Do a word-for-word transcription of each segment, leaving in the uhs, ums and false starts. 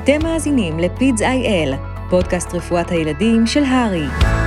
אתם מאזינים לפידס איי אל, פודקאסט רפואת הילדים של הרי.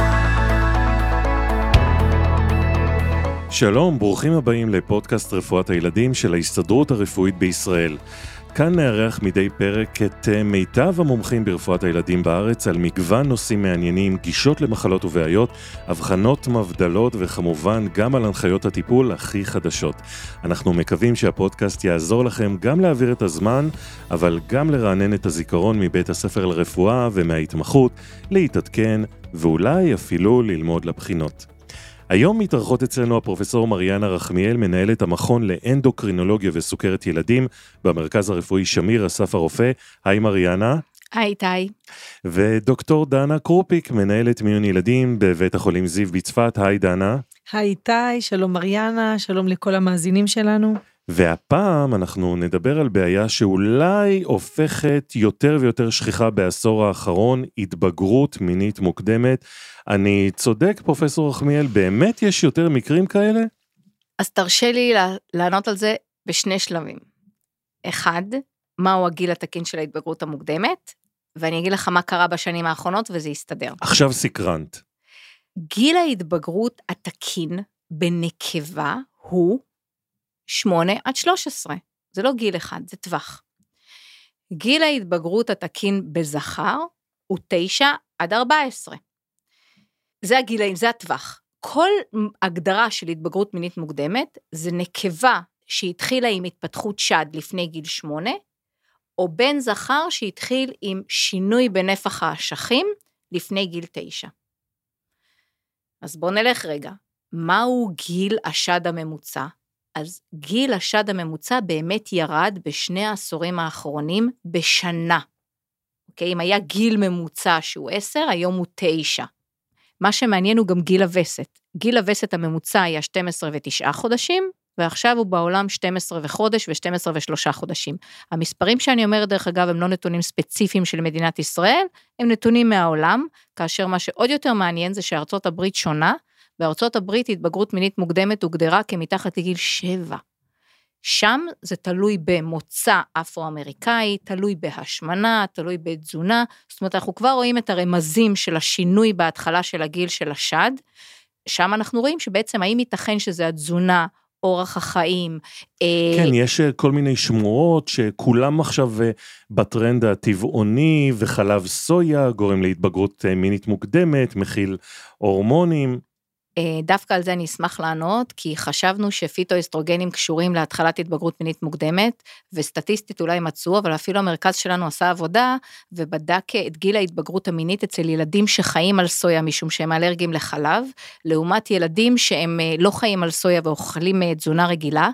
שלום, ברוכים הבאים לפודקאסט רפואת הילדים של ההסתדרות הרפואית בישראל. כאן נערך מדי פרק את מיטב המומחים ברפואת הילדים בארץ על מגוון נושאים מעניינים, גישות למחלות ובעיות, הבחנות מבדלות וכמובן גם על הנחיות הטיפול הכי חדשות. אנחנו מקווים שהפודקאסט יעזור לכם גם להעביר את הזמן, אבל גם לרענן את הזיכרון מבית הספר לרפואה ומההתמחות, להתעדכן ואולי אפילו ללמוד לבחינות. היום מתארחות אצלנו הפרופסור מריאנה רחמיאל, מנהלת המכון לאנדוקרינולוגיה וסוכרת ילדים במרכז הרפואי שמיר אסף הרופא. היי מריאנה. היי תאי. ודוקטור דנה קרופיק, מנהלת מיון ילדים בבית החולים זיו בצפת. היי דנה. היי תאי, שלום מריאנה, שלום לכל המאזינים שלנו. והפעם אנחנו נדבר על בעיה שאולי הופכת יותר ויותר שכיחה בעשור האחרון, התבגרות מינית מוקדמת. אני צודק, פרופסור רחמיאל, באמת יש יותר מקרים כאלה? אז תרשה לי לענות על זה בשני שלבים. אחד, מהו הגיל התקין של ההתבגרות המוקדמת, ואני אגיד לך מה קרה בשנים האחרונות וזה יסתדר. עכשיו סקרנט. גיל ההתבגרות התקין בנקבה הוא שמונה עד שלוש עשרה. זה לא גיל אחד, זה טווח. גיל ההתבגרות התקין בזכר הוא תשע עד ארבע עשרה. זה הגילאים, זה הטווח. כל הגדרה של התבגרות מינית מוקדמת, זה נקבה שהתחילה עם התפתחות שד לפני גיל שמונה, או בן זכר שהתחיל עם שינוי בנפח האשכים לפני גיל תשע. אז בואו נלך רגע. מהו גיל השד הממוצע? אז גיל השד הממוצע באמת ירד בשני העשורים האחרונים בשנה. אוקיי? אם היה גיל ממוצע שהוא עשר, היום הוא תשע. מה שמעניין הוא גם גיל הווסת. גיל הווסת הממוצע היה שתים עשרה ותשעה חודשים, ועכשיו הוא בעולם שתים עשרה וחודש ו-שתים עשרה ושלושה חודשים. המספרים שאני אומרת דרך אגב הם לא נתונים ספציפיים של מדינת ישראל, הם נתונים מהעולם, כאשר מה שעוד יותר מעניין זה שארצות הברית שונה, בארצות הברית התבגרות מינית מוקדמת הוגדרה כמתחת לגיל שבע. שם זה תלוי במוצא אפרו-אמריקאי, תלוי בהשמנה, תלוי בתזונה, זאת אומרת אנחנו כבר רואים את הרמזים של השינוי בהתחלה של הגיל של השד, שם אנחנו רואים שבעצם האם ייתכן שזה התזונה, אורח החיים. כן, יש כל מיני שמועות שכולם עכשיו בטרנד הטבעוני וחלב סויה, גורם להתבגרות מינית מוקדמת, מכיל הורמונים. דווקא על זה אני אשמח לענות, כי חשבנו שפיטואסטרוגנים קשורים להתחלת התבגרות מינית מוקדמת, וסטטיסטית אולי מצאו, אבל אפילו המרכז שלנו עשה עבודה, ובדק את גיל ההתבגרות המינית אצל ילדים שחיים על סויה, משום שהם אלרגיים לחלב, לעומת ילדים שהם לא חיים על סויה ואוכלים תזונה רגילה,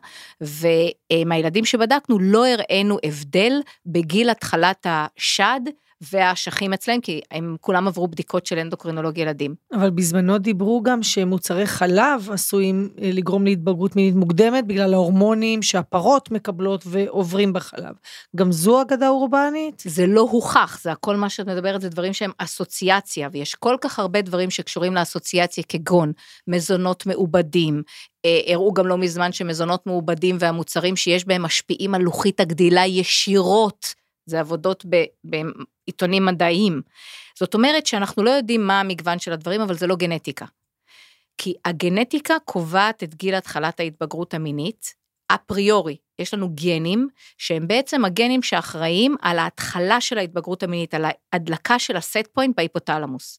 ומהילדים שבדקנו לא הראינו הבדל בגיל התחלת השד, והאשכים אצלם, כי הם כולם עברו בדיקות של אנדוקרינולוג ילדים. אבל בזמנו דיברו גם שמוצרי חלב עשויים לגרום להתבגרות מינית מוקדמת, בגלל ההורמונים שהפרות מקבלות ועוברים בחלב. גם זו אגדה אורבנית? זה לא הוכח, זה הכל מה שאת מדברת, זה דברים שהם אסוציאציה, ויש כל כך הרבה דברים שקשורים לאסוציאציה, כגון מזונות מעובדים, הראו גם לא מזמן שמזונות מעובדים והמוצרים שיש בהם משפיעים על לוחית הגדילה ישירות, זה עבודות בעיתונים מדעיים. זאת אומרת שאנחנו לא יודעים מה המגוון של הדברים, אבל זה לא גנטיקה. כי הגנטיקה קובעת את גיל התחלת ההתבגרות המינית, אפריורי. יש לנו גנים, שהם בעצם הגנים שאחראים על ההתחלה של ההתבגרות המינית, על ההדלקה של הסט פוינט בהיפותלמוס.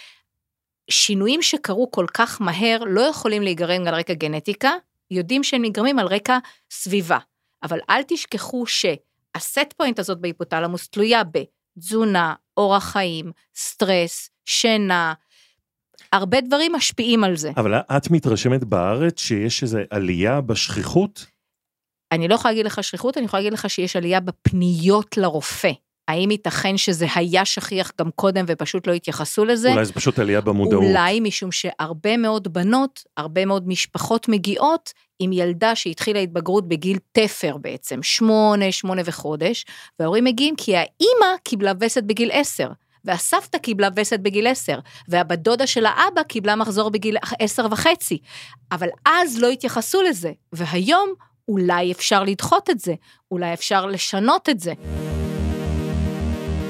שינויים שקרו כל כך מהר, לא יכולים להיגרם על רקע גנטיקה, יודעים שהם נגרמים על רקע סביבה. אבל אל תשכחו ש... הסט פוינט הזאת בהיפותלמוס תלויה בתזונה, אורח חיים, סטרס, שינה, הרבה דברים משפיעים על זה. אבל את מתרשמת בארץ שיש איזו עלייה בשכיחות? אני לא יכולה להגיד לך שכיחות, אני יכולה להגיד לך שיש עלייה בפניות לרופא. האם ייתכן שזה היה שכיח גם קודם ופשוט לא התייחסו לזה? אולי זה פשוט עלייה במודעות. אולי משום שהרבה מאוד בנות, הרבה מאוד משפחות מגיעות עם ילדה שהתחילה התבגרות בגיל תפר בעצם, שמונה, שמונה וחודש, וההורים מגיעים כי האמא קיבלה וסת בגיל עשר, והסבתא קיבלה וסת בגיל עשר, והבת דודה של האבא קיבלה מחזור בגיל עשר וחצי, אבל אז לא התייחסו לזה, והיום אולי אפשר לדחות את זה, אולי אפשר לשנות את זה.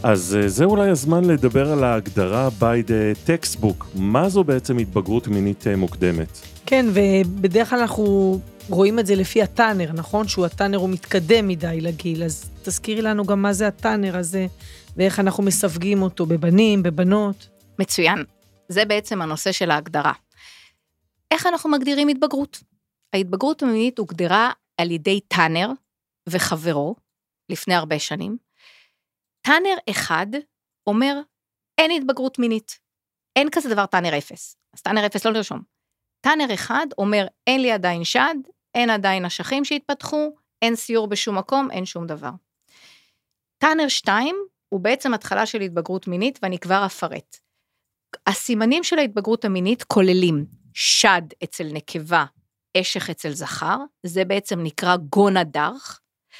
אז זה אולי הזמן לדבר על ההגדרה by the textbook. מה זו בעצם התבגרות מינית מוקדמת? כן, ובדרך כלל אנחנו רואים את זה לפי הטאנר, נכון? שהוא הטאנר הוא מתקדם מדי לגיל, אז תזכירי לנו גם מה זה הטאנר הזה, ואיך אנחנו מסווגים אותו בבנים, בבנות. מצוין. זה בעצם הנושא של ההגדרה. איך אנחנו מגדירים התבגרות? ההתבגרות המינית הוגדרה על ידי טאנר וחברו לפני הרבה שנים. טאנר אחד אומר, אין התבגרות מינית. אין כזה דבר טאנר אפס. אז טאנר אפס לא לרשום. טאנר אחד אומר, אין לי עדיין שד, אין עדיין אשכים שהתפתחו, אין סיור בשום מקום, אין שום דבר. טאנר שתיים הוא בעצם התחלה של התבגרות מינית, ואני כבר אפרט. הסימנים של ההתבגרות המינית כוללים שד אצל נקבה, אשך אצל זכר, זה בעצם נקרא גונדרך,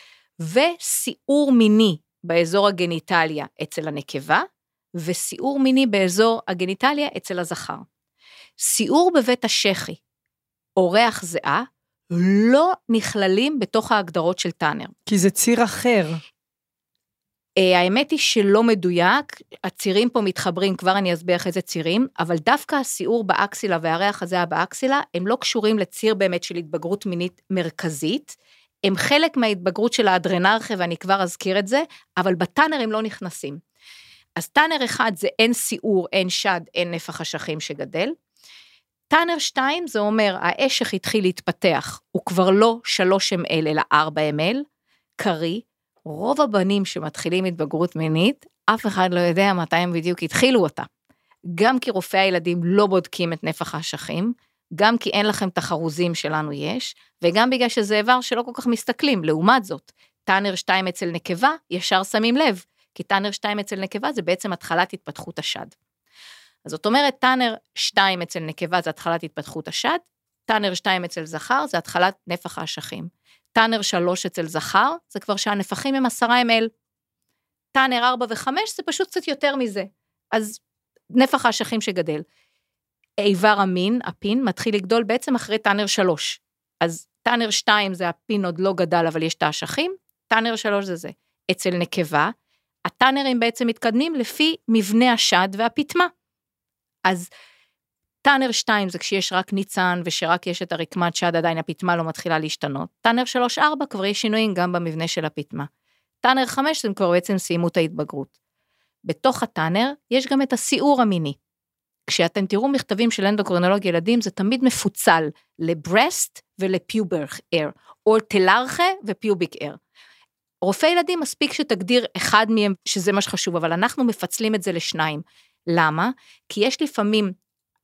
וסיעור מיני באזור הגניטליה אצל הנקבה, וסיעור מיני באזור הגניטליה אצל הזכר. סיעור בבית השחי, אורח זהה, לא נכללים בתוך ההגדרות של טאנר. כי זה ציר אחר. האמת היא שלא מדויק, הצירים פה מתחברים, כבר אני אסביר איזה צירים, אבל דווקא הסיעור באקסילה והריח הזה באקסילה, הם לא קשורים לציר באמת של התבגרות מינית מרכזית, הם חלק מההתבגרות של האדרנרכה, ואני כבר אזכיר את זה, אבל בטאנר הם לא נכנסים. אז טאנר אחד זה אין סיעור, אין שד, אין נפח אשכים שגדל. טאנר שתיים זה אומר, האשך התחיל להתפתח, הוא כבר לא שלוש אם אל אלא ארבע אם אל, קרי, רוב הבנים שמתחילים התבגרות מינית, אף אחד לא יודע מתי הם בדיוק התחילו אותה. גם כי רופאי הילדים לא בודקים את נפח האשכים, גם כי אין לכם את החרוזים שלנו יש, וגם בגלל שזה איבר שלא כל כך מסתכלים. לעומת זאת, טאנר שתיים אצל נקבה, ישר שמים לב, כי טאנר שתיים אצל נקבה זה בעצם התחלת התפתחות השד. אז זאת אומרת, טאנר שתיים אצל נקבה זה התחלת התפתחות השד, טאנר שתיים אצל זכר זה התחלת נפח האשכים. טאנר שלוש אצל זכר, זה כבר שהנפחים הם עשרה אם אל. טאנר ארבע וחמש, זה פשוט קצת יותר מזה. אז נפח האשכים שגדל. איבר המין, הפין, מתחיל לגדול בעצם אחרי טאנר שלוש. אז טאנר שתיים זה הפין עוד לא גדל, אבל יש את האשכים. טאנר שלוש זה זה. אצל נקבה, הטאנרים בעצם מתקדמים לפי מבנה השד והפתמה. אז טאנר שתיים זה כשיש רק ניצן, ושרק יש את הרקמת שד, עדיין הפתמה לא מתחילה להשתנות. טאנר שלוש ארבע כבר יש שינויים גם במבנה של הפתמה. טאנר חמש זה כבר בעצם סיימו את ההתבגרות. בתוך הטאנר יש גם את הסיעור המיני. כשאתם תראו מכתבים של אנדוקרינולוג ילדים, זה תמיד מפוצל לברסט ולפיוברק אר, או תלרחה ופיוביק אר. רופאי ילדים מספיק שתגדיר אחד מהם, שזה מה שחשוב, אבל אנחנו מפצלים את זה לשניים. למה? כי יש לפעמים,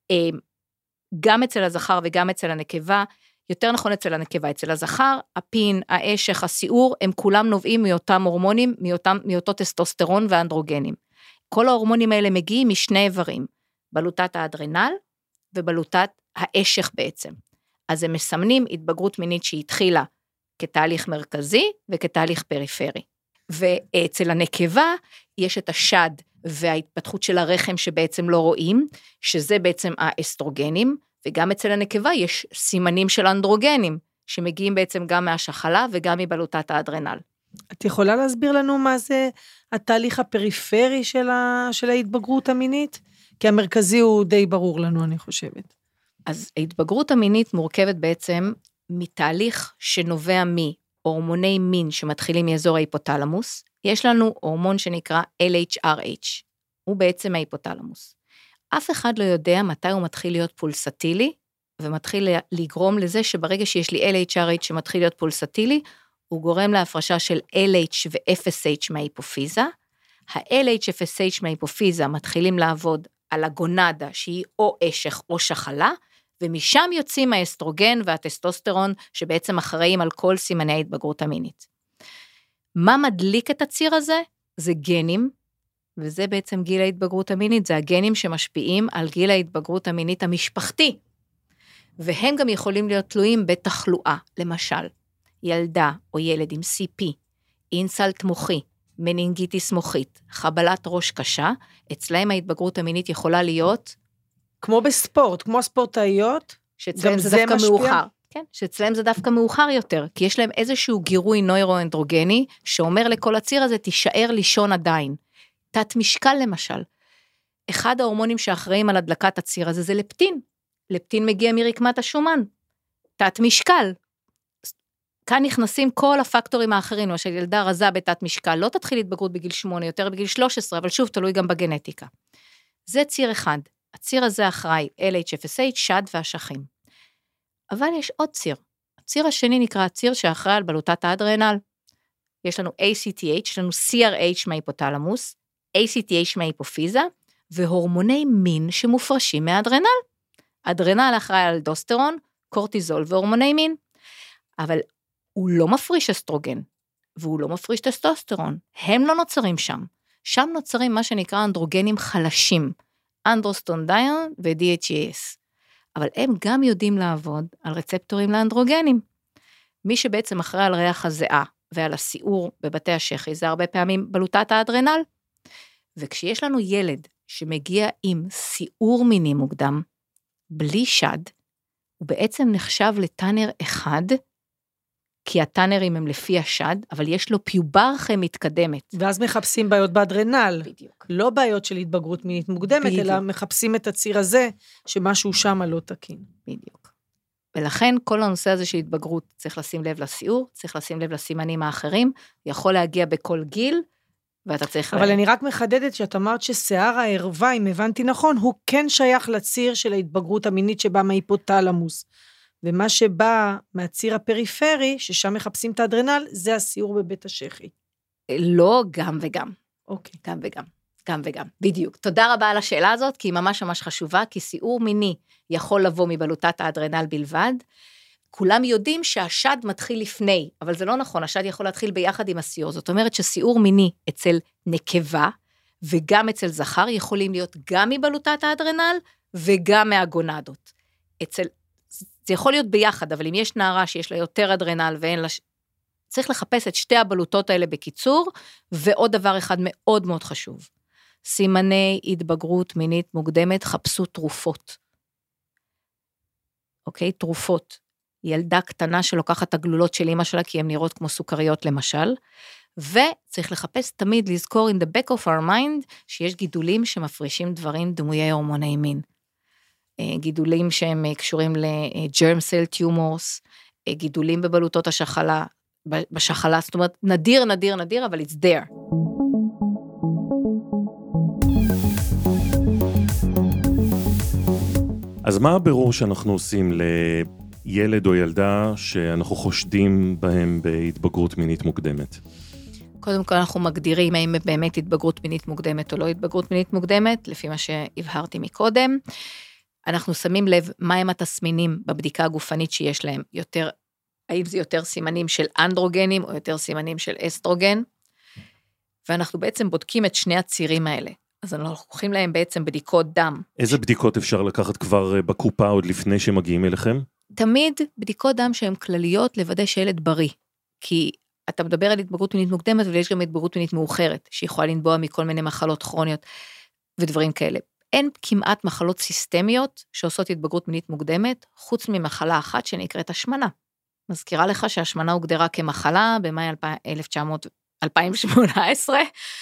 גם אצל הזכר וגם אצל הנקבה, יותר נכון אצל הנקבה, אצל הזכר, הפין, האשך, הסיעור, הם כולם נובעים מאותם הורמונים, מאותם, מאותו טסטוסטרון ואנדרוגנים. כל ההורמונים האלה מגיעים משני איברים, בלוטת האדרנל ובלוטת האשך בעצם. אז הם מסמנים התבגרות מינית שהתחילה כתהליך מרכזי וכתהליך פריפרי. ואצל הנקבה יש את השד וההתפתחות של הרחם שבעצם לא רואים, שזה בעצם האסטרוגנים, וגם אצל הנקבה יש סימנים של אנדרוגנים, שמגיעים בעצם גם מהשחלה וגם מבלוטת האדרנל. את יכולה להסביר לנו מה זה התהליך הפריפרי של, ה... של ההתבגרות המינית? כי המרכזי הוא די ברור לנו, אני חושבת. אז ההתבגרות המינית מורכבת בעצם מתהליך שנובע מהורמוני מין שמתחילים מאזור ההיפותלמוס. יש לנו הורמון שנקרא אל אייץ' אר אייץ', הוא בעצם ההיפותלמוס. אף אחד לא יודע מתי הוא מתחיל להיות פולסטילי, ומתחיל לגרום לזה שברגע שיש לי אל אייץ' אר אייץ' שמתחיל להיות פולסטילי, הוא גורם להפרשה של אל אייץ' ו-אף אס אייץ' מההיפופיזה. ה-אל אייץ' ו-אף אס אייץ' מההיפופיזה מתחילים לעבוד על הגונדה שהיא או אשך או שחלה, ומשם יוצאים האסטרוגן והטסטוסטרון שבעצם אחראים על כל סימני ההתבגרות המינית. מה מדליק את הציר הזה? זה גנים, וזה בעצם גיל ההתבגרות המינית, זה הגנים שמשפיעים על גיל ההתבגרות המינית המשפחתי, והם גם יכולים להיות תלויים בתחלואה, למשל, ילדה או ילד עם סי פי, אינסלט מוחי, מנינגיטיס מוחית, חבלת ראש קשה, אצלהם ההתבגרות המינית יכולה להיות, כמו בספורט, כמו הספורטאיות, שאצלהם זה, זה דווקא משפיע? מאוחר. כן, שאצלהם זה דווקא מאוחר יותר, כי יש להם איזשהו גירוי נוירואנדרוגני, שאומר לכל הציר הזה, תישאר לישון עדיין. תת משקל למשל. אחד ההורמונים שאחראים על הדלקת הציר הזה זה לפטין. לפטין מגיע מרקמת השומן. תת משקל. כאן נכנסים כל הפקטורים האחרים, למשל ילדה רזה בתת משקל, לא תתחיל התבגרות בגיל שמונה, יותר בגיל שלוש עשרה, אבל שוב תלוי גם בגנטיקה. זה ציר אחד. הציר הזה אחראי אל אייץ' אף אס אייץ', שד והשכים. אבל יש עוד ציר. הציר השני נקרא הציר שאחראי על בלוטת האדרנל. יש לנו איי סי טי אייץ', יש לנו סי אר אייץ' מההיפותלמוס, איי סי טי אייץ' מההיפופיזה, והורמוני מין שמופרשים מהאדרנל. אדרנל אחראי על אלדוסטרון, קורטיזול והורמוני מין. אבל הוא לא מפריש אסטרוגן, והוא לא מפריש טסטוסטרון. הם לא נוצרים שם. שם נוצרים מה שנקרא אנדרוגנים חלשים, אנדרוסטונדיון ו-די אייץ' אי אס. אבל הם גם יודעים לעבוד על רצפטורים לאנדרוגנים. מי שבעצם אחראי על ריח הזיעה ועל הסיעור בבתי השחי, זה הרבה פעמים בלוטת האדרנל. וכשיש לנו ילד שמגיע עם סיעור מיני מוקדם, בלי שד, הוא בעצם נחשב לטאנר אחד, כי הטאנרים הם לפי השד, אבל יש לו פיוברכה מתקדמת. ואז מחפשים בעיות באדרנל. בדיוק. לא בעיות של התבגרות מינית מוקדמת, בדיוק. אלא מחפשים את הציר הזה, שמשהו שם לא תקין. בדיוק. ולכן כל הנושא הזה של התבגרות, צריך לשים לב לסיעור, צריך לשים לב לסימנים האחרים, יכול להגיע בכל גיל, ואתה צריך... אבל אני רק מחדדת שאת אמרת ששיער הערווה, אם הבנתי נכון, הוא כן שייך לציר של ההתבגרות המינית שבא מההיפותלמוס. ומה שבא מהציר הפריפרי, ששם מחפשים את האדרנל, זה הסיור בבית השחי. לא, גם וגם. אוקיי. גם וגם. גם וגם. בדיוק. תודה רבה על השאלה הזאת, כי היא ממש ממש חשובה, כי סיור מיני יכול לבוא מבלוטת האדרנל בלבד. כולם יודעים שהשד מתחיל לפני, אבל זה לא נכון, השד יכול להתחיל ביחד עם הסיור. זאת אומרת שסיור מיני אצל נקבה, וגם אצל זכר, יכולים להיות גם מבלוטת האדרנל, וגם מהגונדות. אצל זה יכול להיות ביחד, אבל אם יש נערה שיש לה יותר אדרנל ואין לה... צריך לחפש את שתי הבלוטות האלה בקיצור, ועוד דבר אחד מאוד מאוד חשוב. סימני התבגרות מינית מוקדמת, חפשו תרופות. אוקיי? תרופות. ילדה קטנה שלוקחת את הגלולות של אמא שלה, כי הן נראות כמו סוכריות למשל, וצריך לחפש תמיד לזכור in the back of our mind, שיש גידולים שמפרישים דברים דמויי הורמוני מין. גידולים שהם קשורים לג'רם סל טיומורס, גידולים בבלוטות השחלה, בשחלה, זאת אומרת, נדיר, נדיר, נדיר, אבל it's there. אז מה הבירור שאנחנו עושים לילד או ילדה שאנחנו חושדים בהם בהתבגרות מינית מוקדמת? קודם כל אנחנו מגדירים האם באמת התבגרות מינית מוקדמת או לא התבגרות מינית מוקדמת, לפי מה שהבהרתי מקודם. אנחנו שמים לב מהם התסמינים בבדיקה הגופנית שיש להם, יותר, האם זה יותר סימנים של אנדרוגנים או יותר סימנים של אסטרוגן, ואנחנו בעצם בודקים את שני הצירים האלה. אז אנחנו לוקחים להם בעצם בדיקות דם. איזה בדיקות אפשר לקחת כבר בקופה עוד לפני שמגיעים אליכם? תמיד בדיקות דם שהן כלליות לוודא שילד בריא, כי אתה מדבר על התבגרות מינית מוקדמת, אבל יש גם התבגרות מינית מאוחרת, שיכולה לנבוע מכל מיני מחלות כרוניות ודברים כאלה. אין כמעט מחלות סיסטמיות שעושות התבגרות מינית מוקדמת, חוץ ממחלה אחת שנקראת השמנה. מזכירה לך שהשמנה הוגדרה כמחלה במאי אלפיים שמונה עשרה,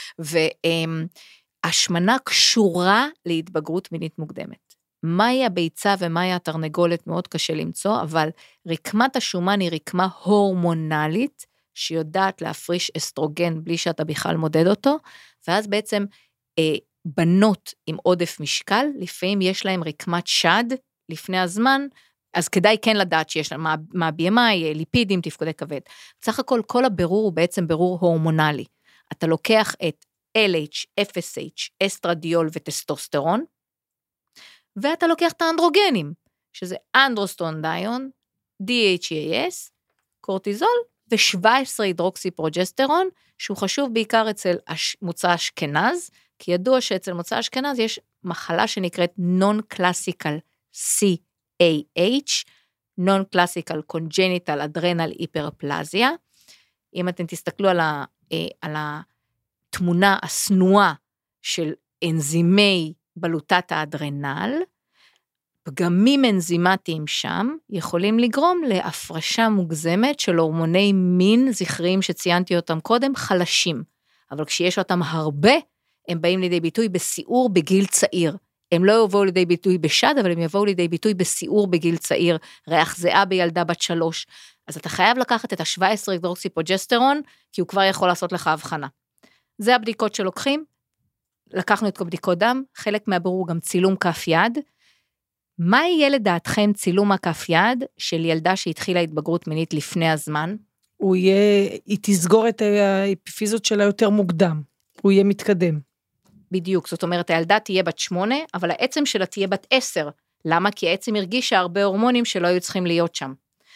והשמנה קשורה להתבגרות מינית מוקדמת. מהי הביצה ומהי התרנגולת מאוד קשה למצוא, אבל רקמת השומן היא רקמה הורמונלית, שיודעת להפריש אסטרוגן בלי שאתה בכלל מודד אותו, ואז בעצם אה, בנות עם עודף משקל, לפעמים יש להם רקמת שד לפני הזמן, אז כדאי כן לדעת שיש להם מה ב אם איי, ליפידים, תפקודי כבד. בסך הכל, כל הבירור הוא בעצם בירור הורמונלי. אתה לוקח את אל אייץ', אף אס אייץ', אסטרדיול וטסטוסטרון, ואתה לוקח את האנדרוגנים, שזה אנדרוסטונדיון, די אייץ' אי אס, קורטיזול, ו-שבע עשרה הידרוקסי פרוג'סטרון, שהוא חשוב בעיקר אצל מוצא אשכנז, כי ידוע שאצל מוצא אשכנז יש מחלה שנקראת Non-Classical סי איי אייץ', Non-Classical Congenital Adrenal Hyperplasia. אם אתם תסתכלו על, ה, על התמונה הסנועה של אנזימי בלוטת האדרנל, פגמים אנזימטיים שם יכולים לגרום להפרשה מוגזמת של הורמוני מין זכריים שציינתי אותם קודם, חלשים. אבל כשיש אותם הרבה, הם באים לידי ביטוי בסיעור בגיל צעיר. הם לא יבואו לידי ביטוי בשד, אבל הם יבואו לידי ביטוי בסיעור בגיל צעיר, ריח זיעה בילדה בת שלוש. אז אתה חייב לקחת את ה-שבע עשרה הידרוקסיפרוגסטרון, כי הוא כבר יכול לעשות לך הבחנה. זה הבדיקות שלוקחים, לקחנו את בדיקות דם, חלק מהבירור גם צילום כף יד. מה יהיה לדעתכם צילום הכף יד של ילדה שהתחילה התבגרות מינית לפני הזמן? הוא יהיה, היא תסגור את האפיפיזות שלה יותר מוקדם, הוא יהיה מתקדם. בדיוק, זאת אומרת, הילדה תהיה בת שמונה, אבל העצם שלה תהיה בת עשר. למה? כי העצם הרגישה הרבה הורמונים שלא היו צריכים להיות שם.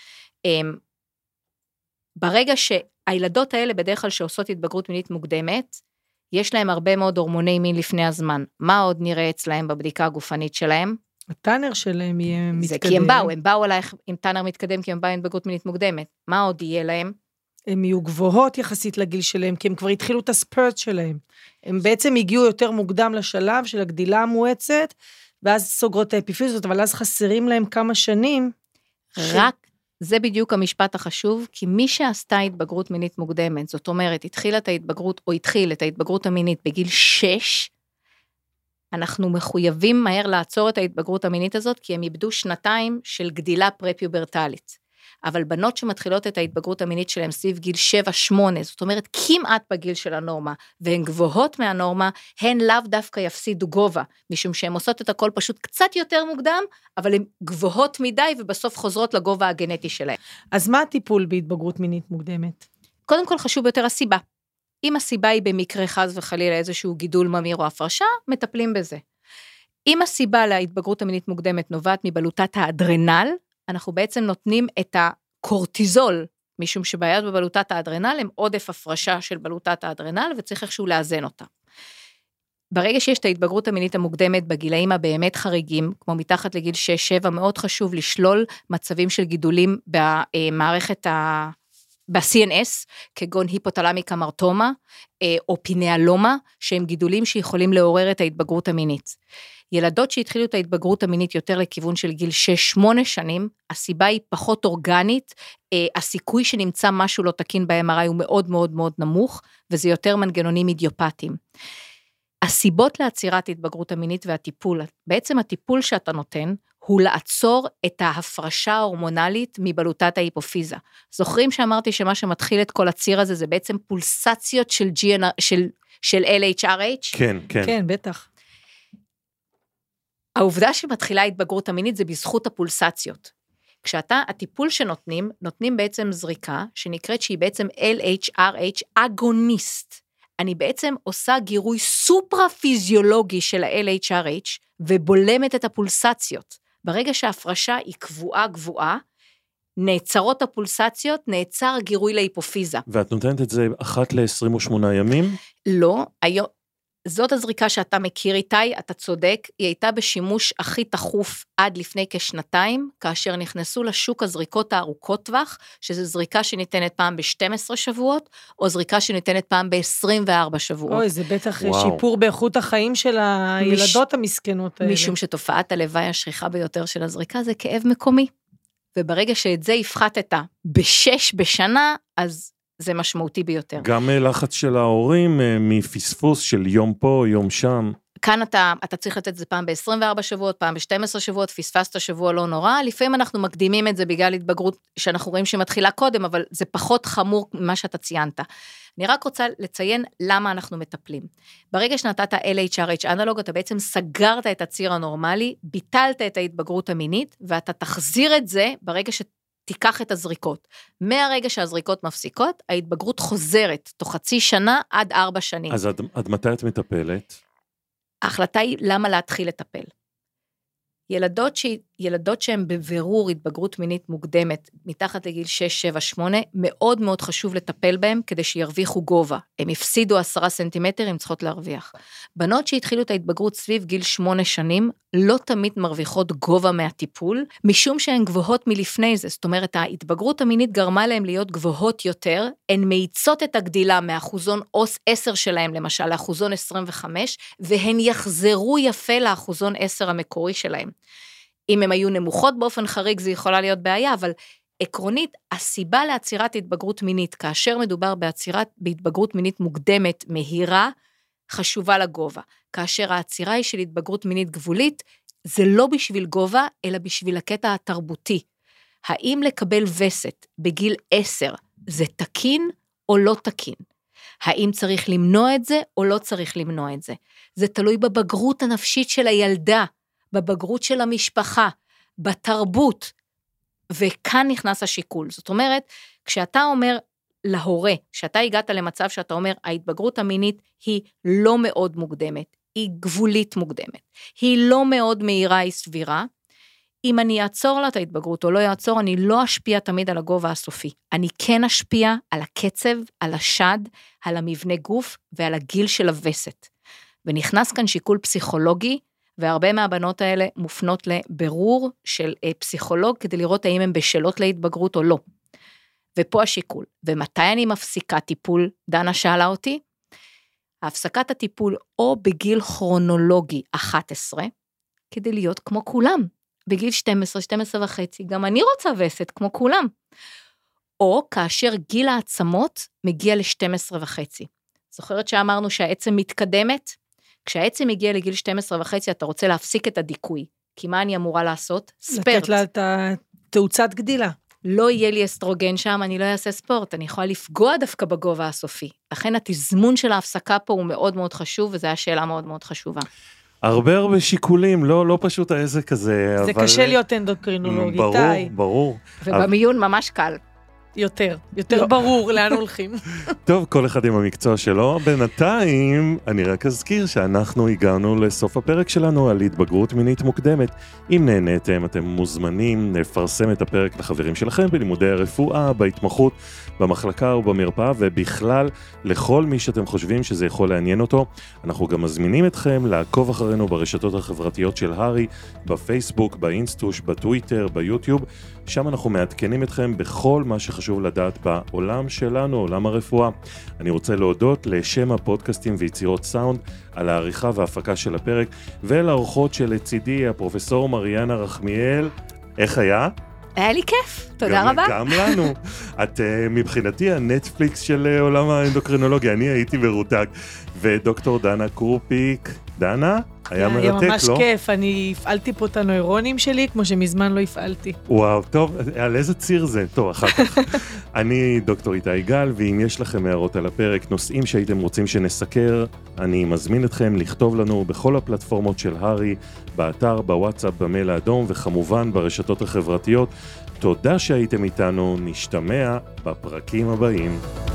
ברגע שהילדות האלה בדרך כלל שעושות התבגרות מינית מוקדמת, יש להם הרבה מאוד הורמוני מין לפני הזמן. מה עוד נראה אצלהם בבדיקה הגופנית שלהם? הטאנר שלהם יהיה מתקדם. זה כי הם באו, הם באו אלייך עם טאנר מתקדם, כי הם באו עם התבגרות מינית מוקדמת. מה עוד יהיה להם? הם יהיו גבוהות יחסית לגיל שלהם, כי הם כבר התחילו את הספרט שלהם. הם בעצם הגיעו יותר מוקדם לשלב של הגדילה המואצת, ואז סוגרות את האפיפיזות, אבל אז חסרים להם כמה שנים. רק, זה בדיוק המשפט החשוב, כי מי שעשתה התבגרות מינית מוקדמת, זאת אומרת, התחילה את ההתבגרות, או התחיל את ההתבגרות המינית בגיל שש, אנחנו מחויבים מהר לעצור את ההתבגרות המינית הזאת, כי הם איבדו שנתיים של גדילה פרפיוברטלית. אבל בנות שמתחילות את ההתבגרות המינית שלהם סביב גיל שבע שמונה, זאת אומרת כמעט בגיל של הנורמה, והן גבוהות מהנורמה, הן לאו דווקא יפסידו גובה, משום שהן עושות את הכל פשוט קצת יותר מוקדם, אבל הן גבוהות מדי ובסוף חוזרות לגובה הגנטי שלהן. אז מה הטיפול בהתבגרות מינית מוקדמת? קודם כל חשוב יותר הסיבה. אם הסיבה היא במקרה חס וחלילה איזשהו גידול ממיר או הפרשה, מטפלים בזה. אם הסיבה להתבגרות המינית מוקדמת נובעת מבלוטת האדרנל, אנחנו בעצם נותנים את הקורטיזול, משום שבעיות בבלוטת האדרנל הם עודף הפרשה של בלוטת האדרנל, וצריך איכשהו לאזן אותה. ברגע שיש את ההתבגרות המינית המוקדמת בגילאים הבאמת חריגים, כמו מתחת לגיל שש שבע, מאוד חשוב לשלול מצבים של גידולים במערכת ה... ב-סי אן אס, כגון היפותלמיקה מרטומה, או פינאלומה, שהם גידולים שיכולים לעורר את ההתבגרות המינית. ילדות שהתחילו את ההתבגרות המינית יותר לכיוון של גיל שש שמונה שנים, הסיבה היא פחות אורגנית, הסיכוי שנמצא משהו לא תקין ב-אם אר איי הוא מאוד מאוד מאוד נמוך, וזה יותר מנגנונים אידיופטיים. הסיבות לעצירת התבגרות המינית והטיפול, בעצם הטיפול שאתה נותן, הוא לעצור את ההפרשה ההורמונלית מבלוטת ההיפופיזה. זוכרים שאמרתי שמה שמתחיל את כל הציר הזה, זה בעצם פולסציות של, ג'י אן אר, של, של אל אייץ' אר אייץ'? כן, כן. כן, בטח. העובדה שמתחילה התבגרות המינית זה בזכות הפולסציות. כשאתה, הטיפול שנותנים, נותנים בעצם זריקה, שנקראת שהיא בעצם אל אייץ' אר אייץ' אגוניסט. אני בעצם עושה גירוי סופרה-פיזיולוגי של ה-אל אייץ' אר אייץ', ובולמת את הפולסציות. ברגע שההפרשה היא קבועה גבוהה, נעצרות הפולסציות, נעצר גירוי להיפופיזה. ואת נותנת את זה אחת ל-עשרים ושמונה ימים? לא, היום... זאת הזריקה שאתה מכיר איתי, אתה צודק, היא הייתה בשימוש הכי תחוף עד לפני כשנתיים, כאשר נכנסו לשוק הזריקות הארוכות טווח, שזו זריקה שניתנת פעם ב-שנים עשר שבועות, או זריקה שניתנת פעם ב-עשרים וארבע שבועות. אוי, זה בטח וואו. שיפור באיכות החיים של הילדות מש... המסכנות האלה. משום שתופעת הלוואי השכיחה ביותר של הזריקה, זה כאב מקומי. וברגע שאת זה הפחתת בשש בשנה, אז... זה משמעותי ביותר. גם לחץ של ההורים מפספוס של יום פה, יום שם. כאן אתה, אתה צריך לתת את זה פעם ב-עשרים וארבע שבועות, פעם ב-שנים עשר שבועות, פספסת שבוע לא נורא, לפעמים אנחנו מקדימים את זה בגלל התבגרות שאנחנו רואים שמתחילה קודם, אבל זה פחות חמור ממה שאתה ציינת. אני רק רוצה לציין למה אנחנו מטפלים. ברגע שנתת אל אייץ' אר אייץ' אנלוג, אתה בעצם סגרת את הציר הנורמלי, ביטלת את ההתבגרות המינית, ואתה תחזיר את זה ברגע ש... תיקח את הזריקות. מהרגע שהזריקות מפסיקות, ההתבגרות חוזרת, תוך חצי שנה עד ארבע שנים. אז עד, עד מתי את מטפלת? ההחלטה היא למה להתחיל לטפל. ילדות, ש... ילדות שהן בבירור התבגרות מינית מוקדמת, מתחת לגיל שש, שבע, שמונה, מאוד מאוד חשוב לטפל בהם, כדי שירוויחו גובה. הם הפסידו עשרה סנטימטר, הם צריכות להרוויח. בנות שהתחילו את ההתבגרות סביב גיל שמונה שנים, לא תמיד מרוויחות גובה מהטיפול, משום שהן גבוהות מלפני זה. זאת אומרת, ההתבגרות המינית גרמה להם להיות גבוהות יותר, הן מאיצות את הגדילה מאחוזון עשר שלהם, למשל, לאחוזון עשרים וחמש, והן יחזרו יפה לאחוזון עשר המקורי שלהם. אם הם היו נמוכות באופן חריג, זה יכולה להיות בעיה, אבל עקרונית, הסיבה לעצירת התבגרות מינית, כאשר מדובר בעצירת, בהתבגרות מינית מוקדמת, מהירה, חשובה לגובה, כאשר העצירה היא של התבגרות מינית גבולית, זה לא בשביל גובה, אלא בשביל הקטע התרבותי. האם לקבל וסת בגיל עשר זה תקין או לא תקין? האם צריך למנוע את זה או לא צריך למנוע את זה? זה תלוי בבגרות הנפשית של הילדה, בבגרות של המשפחה, בתרבות, וכאן נכנס השיקול. זאת אומרת, כשאתה אומר להורה, כשאתה הגעת למצב שאתה אומר, ההתבגרות המינית היא לא מאוד מוקדמת, היא גבולית מוקדמת, היא לא מאוד מהירה, היא סבירה, אם אני אעצור לה את ההתבגרות או לא אעצור, אני לא אשפיע תמיד על הגובה הסופי. אני כן אשפיע על הקצב, על השד, על המבנה גוף ועל הגיל של הווסת. ונכנס כאן שיקול פסיכולוגי, והרבה מהבנות האלה מופנות לבירור של פסיכולוג, כדי לראות האם הן בשלות להתבגרות או לא. ופה השיקול. ומתי אני מפסיקה טיפול? דנה שאלה אותי. הפסקת הטיפול או בגיל כרונולוגי אחת עשרה, כדי להיות כמו כולם. בגיל שתים עשרה, שתים עשרה וחצי, גם אני רוצה וסת כמו כולם. או כאשר גיל העצמות מגיע ל-שתים עשרה וחצי. זוכרת שאמרנו שהעצם מתקדמת? כשהעצם מגיע לגיל שתים עשרה וחצי, אתה רוצה להפסיק את הדיכוי. כי מה אני אמורה לעשות? ספרט. לתת לה את התאוצת גדילה. לא יהיה לי אסטרוגן שם, אני לא אעשה ספורט, אני יכולה לפגוע דווקא בגובה הסופי. לכן התזמון של ההפסקה פה הוא מאוד מאוד חשוב, וזו השאלה מאוד מאוד חשובה. הרבה הרבה שיקולים, לא, לא פשוט העסק הזה. זה אבל... קשה להיות אנדוקרינולוג, ברור, איתי. ברור. ובמיון ממש קל. יותר, יותר ברור לאן הולכים. טוב, כל אחד עם המקצוע שלו. בינתיים, אני רק אזכיר שאנחנו הגענו לסוף הפרק שלנו על התבגרות מינית מוקדמת. אם נהניתם, אתם מוזמנים לפרסם את הפרק לחברים שלכם בלימודי הרפואה, בהתמחות, במחלקה או במרפאה, ובכלל לכל מי שאתם חושבים שזה יכול לעניין אותו. אנחנו גם מזמינים אתכם לעקוב אחרינו ברשתות החברתיות של הרי, בפייסבוק, באינסטוש, בטוויטר, ביוטיוב. שם אנחנו מעדכנים אתכם בכל מה שחשוב לדעת בעולם שלנו, עולם הרפואה. אני רוצה להודות לשם הפודקאסטים ויצירות סאונד על העריכה וההפקה של הפרק, ולאורחות שלצידי הפרופסור מריאנה רחמיאל. איך היה? היה לי כיף, תודה גם, רבה. גם לנו. את uh, מבחינתי הנטפליקס של uh, עולם האנדוקרינולוגיה, אני הייתי מרותק, ודוקטור דנה קורפיק. דנה, היה מרתק, לא? היה ממש כיף, אני הפעלתי פה את הנוירונים שלי, כמו שמזמן לא הפעלתי. וואו, טוב, על איזה ציר זה? טוב, אחר כך. אני דוקטור איתי גל, ואם יש לכם הערות על הפרק, נושאים שהייתם רוצים שנסקר, אני מזמין אתכם לכתוב לנו בכל הפלטפורמות של הרי, באתר, בוואטסאפ, במייל האדום, וכמובן ברשתות החברתיות. תודה שהייתם איתנו, נשתמע בפרקים הבאים.